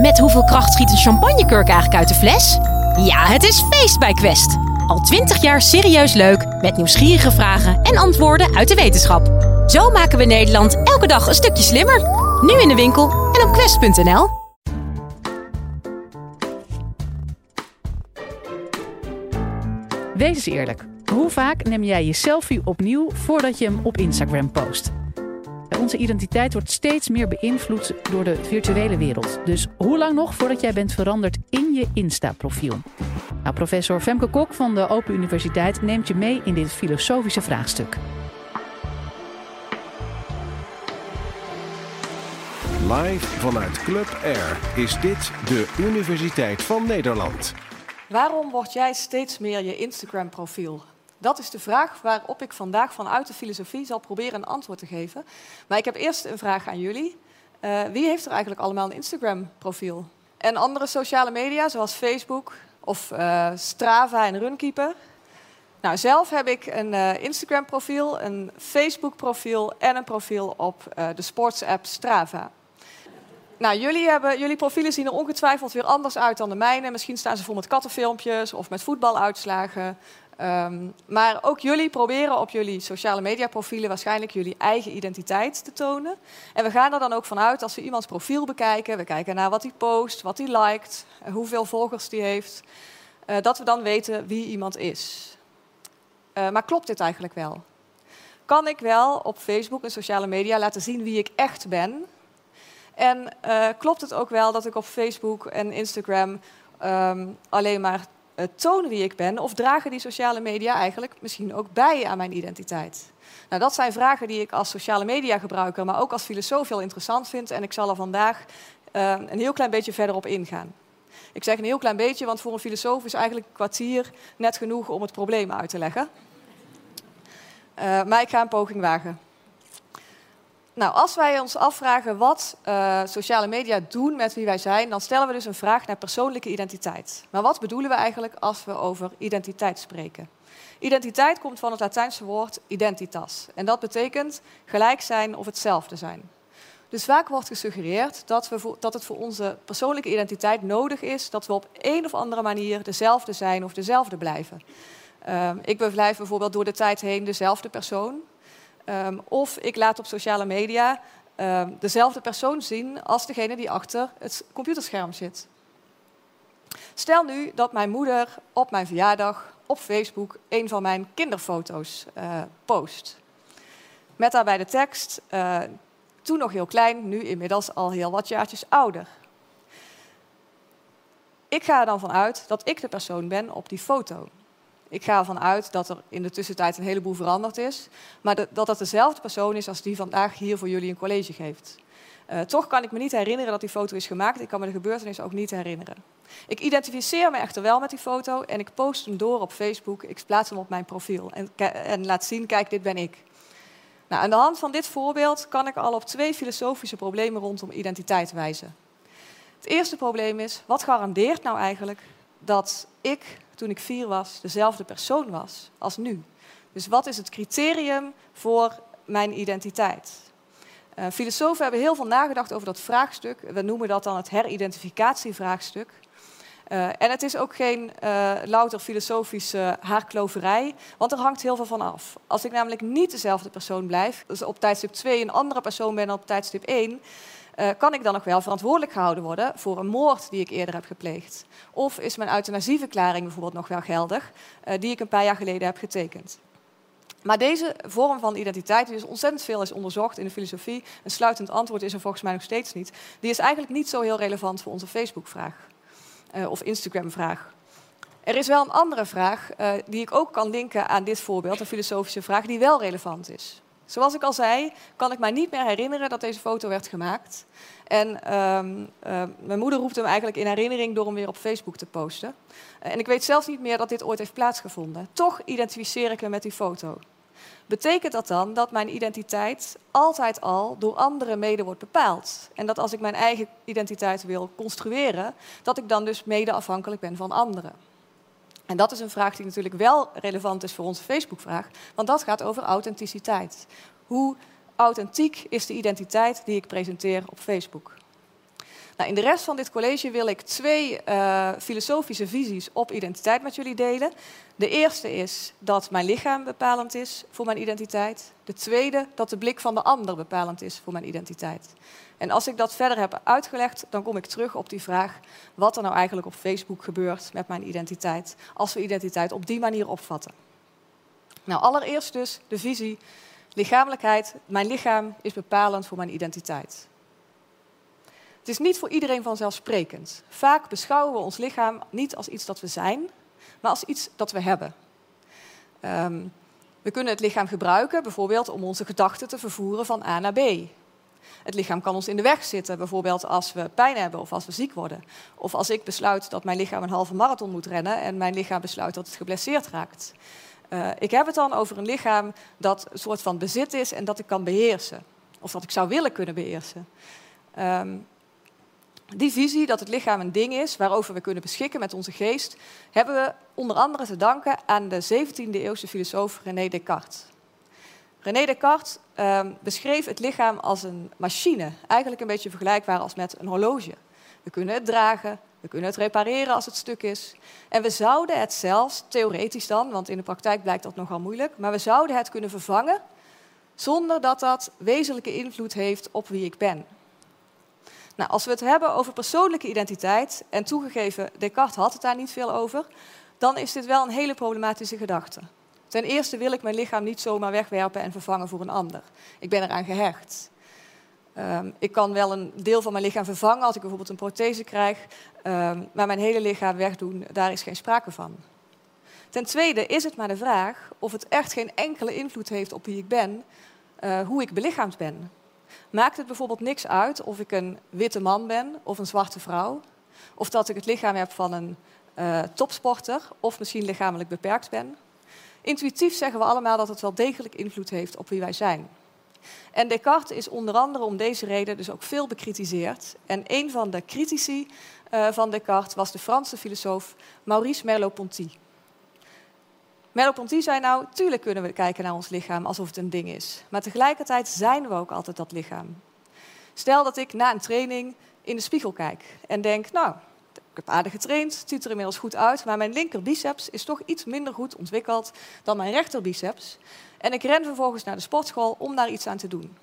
Met hoeveel kracht schiet een champagnekurk eigenlijk uit de fles? Ja, het is feest bij Quest. Al 20 jaar serieus leuk, met nieuwsgierige vragen en antwoorden uit de wetenschap. Zo maken we Nederland elke dag een stukje slimmer. Nu in de winkel en op quest.nl. Wees eens eerlijk. Hoe vaak neem jij je selfie opnieuw voordat je hem op Instagram post? Onze identiteit wordt steeds meer beïnvloed door de virtuele wereld. Dus hoe lang nog voordat jij bent veranderd in je Insta-profiel? Nou, professor Femke Kok van de Open Universiteit neemt je mee in dit filosofische vraagstuk. Live vanuit Club Air is dit de Universiteit van Nederland. Waarom word jij steeds meer je Instagram-profiel? Dat is de vraag waarop ik vandaag vanuit de filosofie zal proberen een antwoord te geven. Maar ik heb eerst een vraag aan jullie. Wie heeft er eigenlijk allemaal een Instagram-profiel? En andere sociale media, zoals Facebook of Strava en Runkeeper? Nou, zelf heb ik een Instagram-profiel, een Facebook-profiel en een profiel op de sportsapp Strava. Nou, jullie profielen zien er ongetwijfeld weer anders uit dan de mijne. Misschien staan ze vol met kattenfilmpjes of met voetbaluitslagen. Maar ook jullie proberen op jullie sociale media profielen waarschijnlijk jullie eigen identiteit te tonen. En we gaan er dan ook vanuit als we iemands profiel bekijken. We kijken naar wat hij post, wat hij liked, hoeveel volgers hij heeft. Dat we dan weten wie iemand is. Maar klopt dit eigenlijk wel? Kan ik wel op Facebook en sociale media laten zien wie ik echt ben? En klopt het ook wel dat ik op Facebook en Instagram alleen maar toon wie ik ben? Of dragen die sociale media eigenlijk misschien ook bij aan mijn identiteit? Nou, dat zijn vragen die ik als sociale media gebruiker, maar ook als filosoof heel interessant vind. En ik zal er vandaag een heel klein beetje verder op ingaan. Ik zeg een heel klein beetje, want voor een filosoof is eigenlijk een kwartier net genoeg om het probleem uit te leggen. Maar ik ga een poging wagen. Nou, als wij ons afvragen wat sociale media doen met wie wij zijn, dan stellen we dus een vraag naar persoonlijke identiteit. Maar wat bedoelen we eigenlijk als we over identiteit spreken? Identiteit komt van het Latijnse woord identitas. En dat betekent gelijk zijn of hetzelfde zijn. Dus vaak wordt gesuggereerd dat het voor onze persoonlijke identiteit nodig is dat we op een of andere manier dezelfde zijn of dezelfde blijven. Ik blijf bijvoorbeeld door de tijd heen dezelfde persoon. Of ik laat op sociale media dezelfde persoon zien als degene die achter het computerscherm zit. Stel nu dat mijn moeder op mijn verjaardag op Facebook een van mijn kinderfoto's post. Met daarbij de tekst, toen nog heel klein, nu inmiddels al heel wat jaartjes ouder. Ik ga er dan vanuit dat ik de persoon ben op die foto. Ik ga ervan uit dat er in de tussentijd een heleboel veranderd is, maar dat het dezelfde persoon is als die vandaag hier voor jullie een college geeft. Toch kan ik me niet herinneren dat die foto is gemaakt. Ik kan me de gebeurtenis ook niet herinneren. Ik identificeer me echter wel met die foto en ik post hem door op Facebook. Ik plaats hem op mijn profiel en laat zien, kijk, dit ben ik. Nou, aan de hand van dit voorbeeld kan ik al op 2 filosofische problemen rondom identiteit wijzen. Het eerste probleem is, wat garandeert nou eigenlijk dat ik, toen ik 4 was, dezelfde persoon was als nu? Dus wat is het criterium voor mijn identiteit? Filosofen hebben heel veel nagedacht over dat vraagstuk. We noemen dat dan het heridentificatievraagstuk. En het is ook geen louter filosofische haarkloverij, want er hangt heel veel van af. Als ik namelijk niet dezelfde persoon blijf, dus op tijdstip 2 een andere persoon ben dan op tijdstip 1... kan ik dan nog wel verantwoordelijk gehouden worden voor een moord die ik eerder heb gepleegd? Of is mijn euthanasieverklaring bijvoorbeeld nog wel geldig, die ik een paar jaar geleden heb getekend? Maar deze vorm van identiteit, die dus ontzettend veel is onderzocht in de filosofie, een sluitend antwoord is er volgens mij nog steeds niet, die is eigenlijk niet zo heel relevant voor onze Facebook-vraag of Instagram-vraag. Er is wel een andere vraag die ik ook kan linken aan dit voorbeeld, een filosofische vraag die wel relevant is. Zoals ik al zei, kan ik mij niet meer herinneren dat deze foto werd gemaakt. En mijn moeder roept hem eigenlijk in herinnering door hem weer op Facebook te posten. En ik weet zelfs niet meer dat dit ooit heeft plaatsgevonden. Toch identificeer ik me met die foto. Betekent dat dan dat mijn identiteit altijd al door anderen mede wordt bepaald? En dat als ik mijn eigen identiteit wil construeren, dat ik dan dus mede afhankelijk ben van anderen? En dat is een vraag die natuurlijk wel relevant is voor onze Facebook-vraag, want dat gaat over authenticiteit. Hoe authentiek is de identiteit die ik presenteer op Facebook? Nou, in de rest van dit college wil ik 2 filosofische visies op identiteit met jullie delen. De eerste is dat mijn lichaam bepalend is voor mijn identiteit. De tweede, dat de blik van de ander bepalend is voor mijn identiteit. En als ik dat verder heb uitgelegd, dan kom ik terug op die vraag wat er nou eigenlijk op Facebook gebeurt met mijn identiteit, als we identiteit op die manier opvatten. Nou, allereerst dus de visie lichamelijkheid. Mijn lichaam is bepalend voor mijn identiteit. Het is niet voor iedereen vanzelfsprekend. Vaak beschouwen we ons lichaam niet als iets dat we zijn, maar als iets dat we hebben. We kunnen het lichaam gebruiken, bijvoorbeeld om onze gedachten te vervoeren van A naar B. Het lichaam kan ons in de weg zitten, bijvoorbeeld als we pijn hebben of als we ziek worden. Of als ik besluit dat mijn lichaam een halve marathon moet rennen en mijn lichaam besluit dat het geblesseerd raakt. Ik heb het dan over een lichaam dat een soort van bezit is en dat ik kan beheersen. Of dat ik zou willen kunnen beheersen. Die visie dat het lichaam een ding is waarover we kunnen beschikken met onze geest, hebben we onder andere te danken aan de 17e-eeuwse filosoof René Descartes. René Descartes beschreef het lichaam als een machine, eigenlijk een beetje vergelijkbaar als met een horloge. We kunnen het dragen, we kunnen het repareren als het stuk is. En we zouden het zelfs, theoretisch dan, want in de praktijk blijkt dat nogal moeilijk, maar we zouden het kunnen vervangen zonder dat dat wezenlijke invloed heeft op wie ik ben. Nou, als we het hebben over persoonlijke identiteit, en toegegeven, Descartes had het daar niet veel over, dan is dit wel een hele problematische gedachte. Ten eerste wil ik mijn lichaam niet zomaar wegwerpen en vervangen voor een ander. Ik ben eraan gehecht. Ik kan wel een deel van mijn lichaam vervangen als ik bijvoorbeeld een prothese krijg, maar mijn hele lichaam wegdoen, daar is geen sprake van. Ten tweede is het maar de vraag of het echt geen enkele invloed heeft op wie ik ben, hoe ik belichaamd ben. Maakt het bijvoorbeeld niks uit of ik een witte man ben of een zwarte vrouw, of dat ik het lichaam heb van een topsporter of misschien lichamelijk beperkt ben? Intuïtief zeggen we allemaal dat het wel degelijk invloed heeft op wie wij zijn. En Descartes is onder andere om deze reden dus ook veel bekritiseerd. En een van de critici van Descartes was de Franse filosoof Maurice Merleau-Ponty. Merleau-Ponty zei nou, tuurlijk kunnen we kijken naar ons lichaam alsof het een ding is. Maar tegelijkertijd zijn we ook altijd dat lichaam. Stel dat ik na een training in de spiegel kijk en denk, nou, ik heb aardig getraind, het ziet er inmiddels goed uit, maar mijn linkerbiceps is toch iets minder goed ontwikkeld dan mijn rechterbiceps. En ik ren vervolgens naar de sportschool om daar iets aan te doen.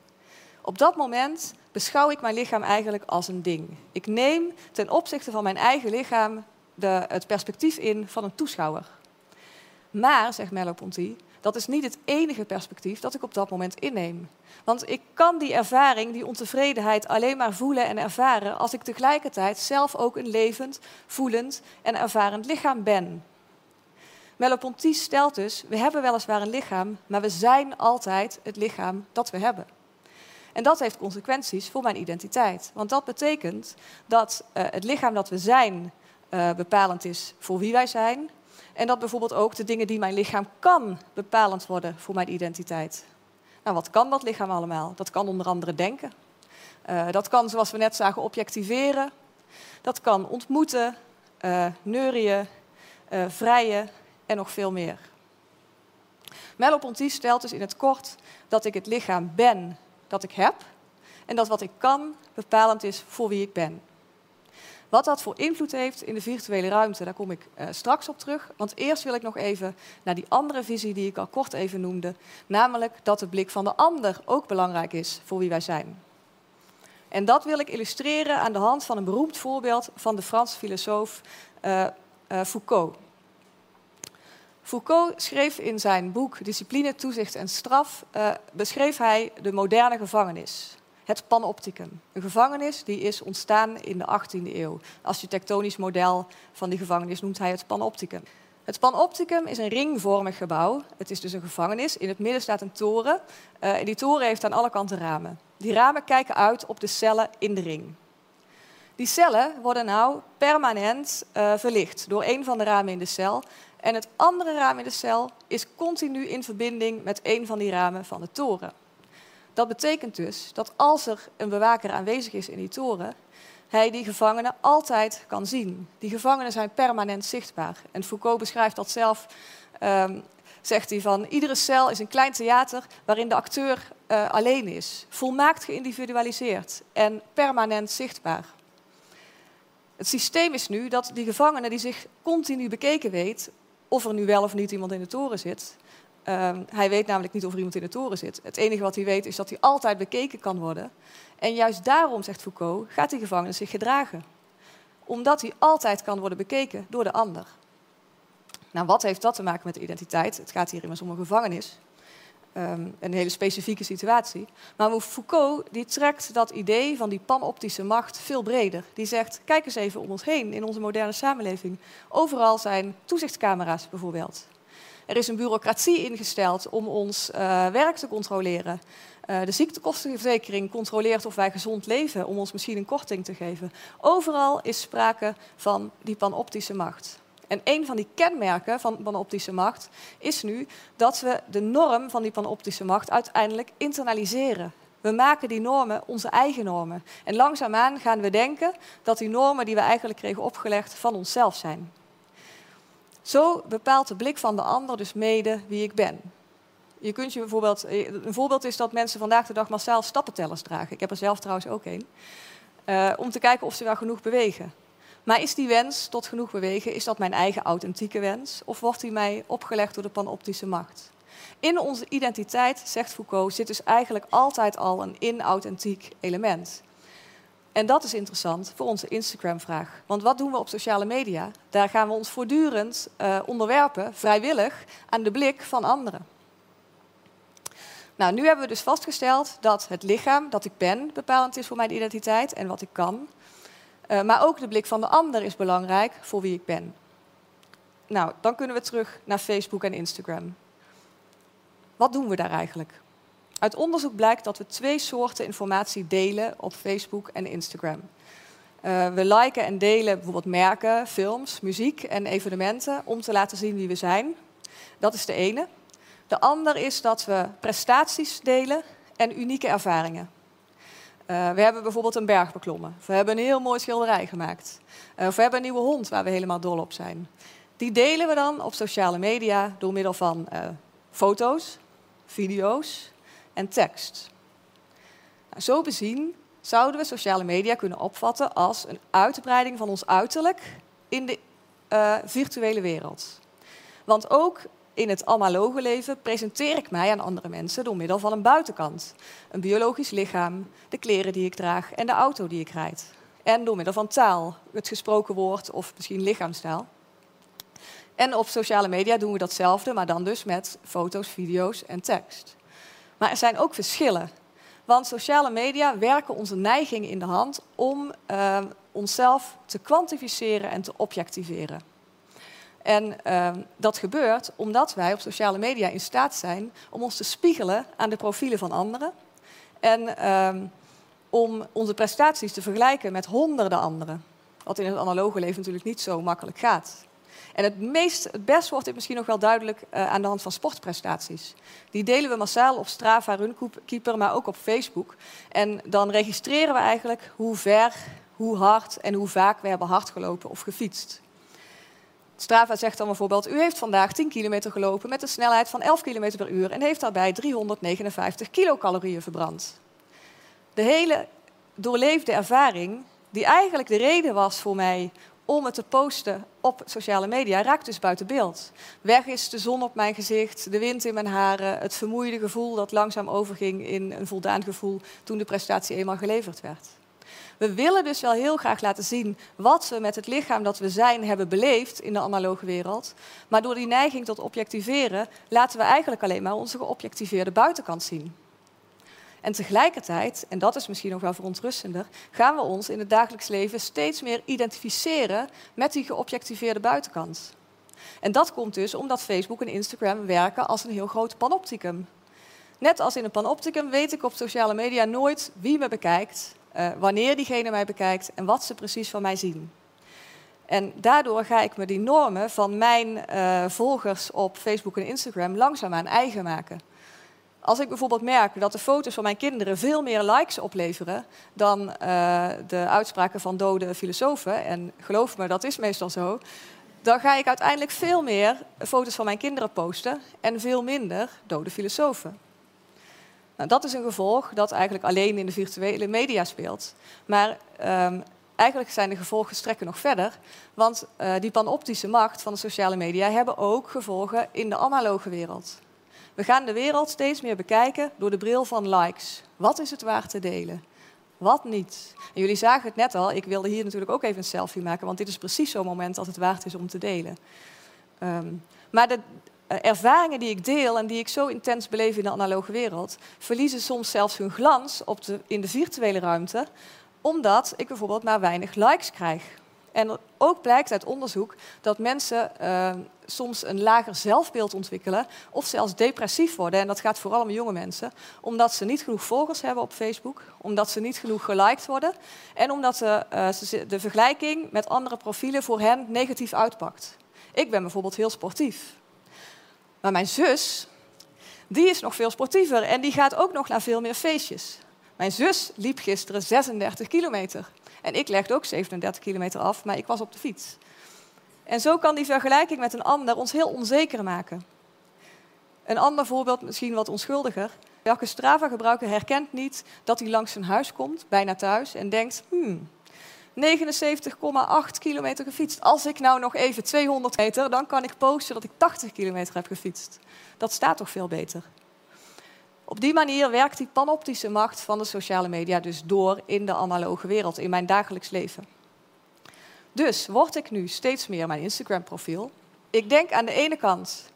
Op dat moment beschouw ik mijn lichaam eigenlijk als een ding. Ik neem ten opzichte van mijn eigen lichaam het perspectief in van een toeschouwer. Maar, zegt Merleau-Ponty, dat is niet het enige perspectief dat ik op dat moment inneem. Want ik kan die ervaring, die ontevredenheid alleen maar voelen en ervaren als ik tegelijkertijd zelf ook een levend, voelend en ervarend lichaam ben. Merleau-Ponty stelt dus, we hebben weliswaar een lichaam, maar we zijn altijd het lichaam dat we hebben. En dat heeft consequenties voor mijn identiteit. Want dat betekent dat het lichaam dat we zijn bepalend is voor wie wij zijn. En dat bijvoorbeeld ook de dingen die mijn lichaam kan bepalend worden voor mijn identiteit. Nou, wat kan dat lichaam allemaal? Dat kan onder andere denken. Dat kan, zoals we net zagen, objectiveren. Dat kan ontmoeten, neurieën, vrijen en nog veel meer. Merleau-Ponty stelt dus in het kort dat ik het lichaam ben dat ik heb en dat wat ik kan bepalend is voor wie ik ben. Wat dat voor invloed heeft in de virtuele ruimte, daar kom ik straks op terug. Want eerst wil ik nog even naar die andere visie die ik al kort even noemde. Namelijk dat de blik van de ander ook belangrijk is voor wie wij zijn. En dat wil ik illustreren aan de hand van een beroemd voorbeeld van de Franse filosoof Foucault. Foucault schreef in zijn boek Discipline, Toezicht en Straf, beschreef hij de moderne gevangenis. Het panopticum. Een gevangenis die is ontstaan in de 18e eeuw. Architectonisch model van die gevangenis noemt hij het panopticum. Het panopticum is een ringvormig gebouw. Het is dus een gevangenis. In het midden staat een toren. En die toren heeft aan alle kanten ramen. Die ramen kijken uit op de cellen in de ring. Die cellen worden nou permanent verlicht door een van de ramen in de cel. En het andere raam in de cel is continu in verbinding met een van die ramen van de toren. Dat betekent dus dat als er een bewaker aanwezig is in die toren, hij die gevangenen altijd kan zien. Die gevangenen zijn permanent zichtbaar. En Foucault beschrijft dat zelf, zegt hij van, iedere cel is een klein theater waarin de acteur alleen is. Volmaakt geïndividualiseerd en permanent zichtbaar. Het systeem is nu dat die gevangene die zich continu bekeken weet of er nu wel of niet iemand in de toren zit. Hij weet namelijk niet of er iemand in de toren zit. Het enige wat hij weet is dat hij altijd bekeken kan worden. En juist daarom, zegt Foucault, gaat die gevangene zich gedragen. Omdat hij altijd kan worden bekeken door de ander. Nou, wat heeft dat te maken met de identiteit? Het gaat hier immers om een gevangenis. Een hele specifieke situatie. Maar Foucault die trekt dat idee van die panoptische macht veel breder. Die zegt, kijk eens even om ons heen in onze moderne samenleving. Overal zijn toezichtscamera's bijvoorbeeld. Er is een bureaucratie ingesteld om ons werk te controleren. De ziektekostenverzekering controleert of wij gezond leven om ons misschien een korting te geven. Overal is sprake van die panoptische macht. En een van die kenmerken van panoptische macht is nu dat we de norm van die panoptische macht uiteindelijk internaliseren. We maken die normen onze eigen normen. En langzaamaan gaan we denken dat die normen die we eigenlijk kregen opgelegd van onszelf zijn. Zo bepaalt de blik van de ander dus mede wie ik ben. Je kunt je bijvoorbeeld, een voorbeeld is dat mensen vandaag de dag massaal stappentellers dragen. Ik heb er zelf trouwens ook een. Om te kijken of ze wel genoeg bewegen. Maar is die wens tot genoeg bewegen, is dat mijn eigen authentieke wens? Of wordt die mij opgelegd door de panoptische macht? In onze identiteit, zegt Foucault, zit dus eigenlijk altijd al een inauthentiek element. En dat is interessant voor onze Instagram-vraag. Want wat doen we op sociale media? Daar gaan we ons voortdurend onderwerpen, vrijwillig, aan de blik van anderen. Nou, nu hebben we dus vastgesteld dat het lichaam dat ik ben bepalend is voor mijn identiteit en wat ik kan. Maar ook de blik van de ander is belangrijk voor wie ik ben. Nou, dan kunnen we terug naar Facebook en Instagram. Wat doen we daar eigenlijk? Uit onderzoek blijkt dat we 2 soorten informatie delen op Facebook en Instagram. We liken en delen bijvoorbeeld merken, films, muziek en evenementen om te laten zien wie we zijn. Dat is de ene. De ander is dat we prestaties delen en unieke ervaringen. We hebben bijvoorbeeld een berg beklommen. We hebben een heel mooi schilderij gemaakt. Of we hebben een nieuwe hond waar we helemaal dol op zijn. Die delen we dan op sociale media door middel van foto's, video's en tekst. Nou, zo bezien zouden we sociale media kunnen opvatten als een uitbreiding van ons uiterlijk in de virtuele wereld. Want ook in het analoge leven presenteer ik mij aan andere mensen door middel van een buitenkant. Een biologisch lichaam, de kleren die ik draag en de auto die ik rijd. En door middel van taal, het gesproken woord of misschien lichaamstaal. En op sociale media doen we datzelfde, maar dan dus met foto's, video's en tekst. Maar er zijn ook verschillen. Want sociale media werken onze neiging in de hand om onszelf te kwantificeren en te objectiveren. En dat gebeurt omdat wij op sociale media in staat zijn om ons te spiegelen aan de profielen van anderen. En om onze prestaties te vergelijken met honderden anderen. Wat in het analoge leven natuurlijk niet zo makkelijk gaat. En het best wordt dit misschien nog wel duidelijk aan de hand van sportprestaties. Die delen we massaal op Strava, Runkeeper, maar ook op Facebook. En dan registreren we eigenlijk hoe ver, hoe hard en hoe vaak we hebben hardgelopen of gefietst. Strava zegt dan bijvoorbeeld, u heeft vandaag 10 kilometer gelopen met een snelheid van 11 kilometer per uur en heeft daarbij 359 kilocalorieën verbrand. De hele doorleefde ervaring, die eigenlijk de reden was voor mij om het te posten op sociale media, raakt dus buiten beeld. Weg is de zon op mijn gezicht, de wind in mijn haren, het vermoeide gevoel dat langzaam overging in een voldaan gevoel toen de prestatie eenmaal geleverd werd. We willen dus wel heel graag laten zien wat we met het lichaam dat we zijn hebben beleefd in de analoge wereld. Maar door die neiging tot objectiveren laten we eigenlijk alleen maar onze geobjectiveerde buitenkant zien. En tegelijkertijd, en dat is misschien nog wel verontrustender, gaan we ons in het dagelijks leven steeds meer identificeren met die geobjectiveerde buitenkant. En dat komt dus omdat Facebook en Instagram werken als een heel groot panopticum. Net als in een panopticum weet ik op sociale media nooit wie me bekijkt, wanneer diegene mij bekijkt en wat ze precies van mij zien. En daardoor ga ik me die normen van mijn volgers op Facebook en Instagram langzaamaan eigen maken. Als ik bijvoorbeeld merk dat de foto's van mijn kinderen veel meer likes opleveren dan de uitspraken van dode filosofen, en geloof me, dat is meestal zo, dan ga ik uiteindelijk veel meer foto's van mijn kinderen posten en veel minder dode filosofen. Nou, dat is een gevolg dat eigenlijk alleen in de virtuele media speelt. Maar eigenlijk zijn de gevolgen strekken nog verder. Want die panoptische macht van de sociale media hebben ook gevolgen in de analoge wereld. We gaan de wereld steeds meer bekijken door de bril van likes. Wat is het waard te delen? Wat niet? En jullie zagen het net al, ik wilde hier natuurlijk ook even een selfie maken, want dit is precies zo'n moment dat het waard is om te delen. Maar de ervaringen die ik deel en die ik zo intens beleef in de analoge wereld, verliezen soms zelfs hun glans in de virtuele ruimte, omdat ik bijvoorbeeld maar weinig likes krijg. En ook blijkt uit onderzoek dat mensen soms een lager zelfbeeld ontwikkelen of zelfs depressief worden. En dat gaat vooral om jonge mensen, omdat ze niet genoeg volgers hebben op Facebook, omdat ze niet genoeg geliked worden en omdat de vergelijking met andere profielen voor hen negatief uitpakt. Ik ben bijvoorbeeld heel sportief. Maar mijn zus, die is nog veel sportiever en die gaat ook nog naar veel meer feestjes. Mijn zus liep gisteren 36 kilometer. En ik legde ook 37 kilometer af, maar ik was op de fiets. En zo kan die vergelijking met een ander ons heel onzeker maken. Een ander voorbeeld, misschien wat onschuldiger. Welke Strava-gebruiker herkent niet dat hij langs zijn huis komt, bijna thuis, en denkt, 79,8 kilometer gefietst. Als ik nou nog even 200 meter, dan kan ik posten dat ik 80 kilometer heb gefietst. Dat staat toch veel beter. Op die manier werkt die panoptische macht van de sociale media dus door in de analoge wereld, in mijn dagelijks leven. Dus word ik nu steeds meer mijn Instagram-profiel. Ik denk aan de ene kant,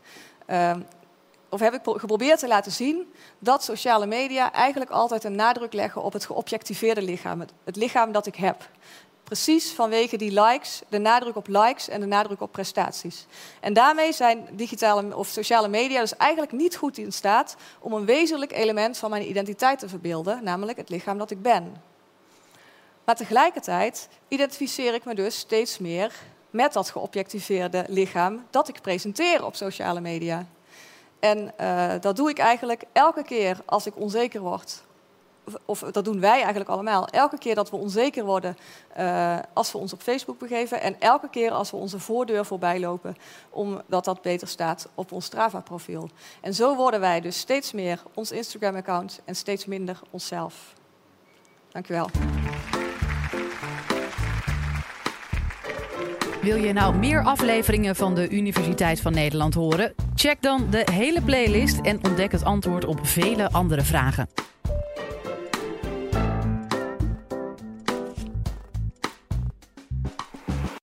of heb ik geprobeerd te laten zien, dat sociale media eigenlijk altijd een nadruk leggen op het geobjectiveerde lichaam. Het lichaam dat ik heb. Precies vanwege die likes, de nadruk op likes en de nadruk op prestaties. En daarmee zijn digitale of sociale media dus eigenlijk niet goed in staat om een wezenlijk element van mijn identiteit te verbeelden, namelijk het lichaam dat ik ben. Maar tegelijkertijd identificeer ik me dus steeds meer met dat geobjectiveerde lichaam dat ik presenteer op sociale media. En dat doe ik eigenlijk elke keer als ik onzeker word. Of dat doen wij eigenlijk allemaal. Elke keer dat we onzeker worden als we ons op Facebook begeven. En elke keer als we onze voordeur voorbij lopen. Omdat dat beter staat op ons Strava-profiel. En zo worden wij dus steeds meer ons Instagram-account en steeds minder onszelf. Dank u wel. Wil je nou meer afleveringen van de Universiteit van Nederland horen? Check dan de hele playlist en ontdek het antwoord op vele andere vragen.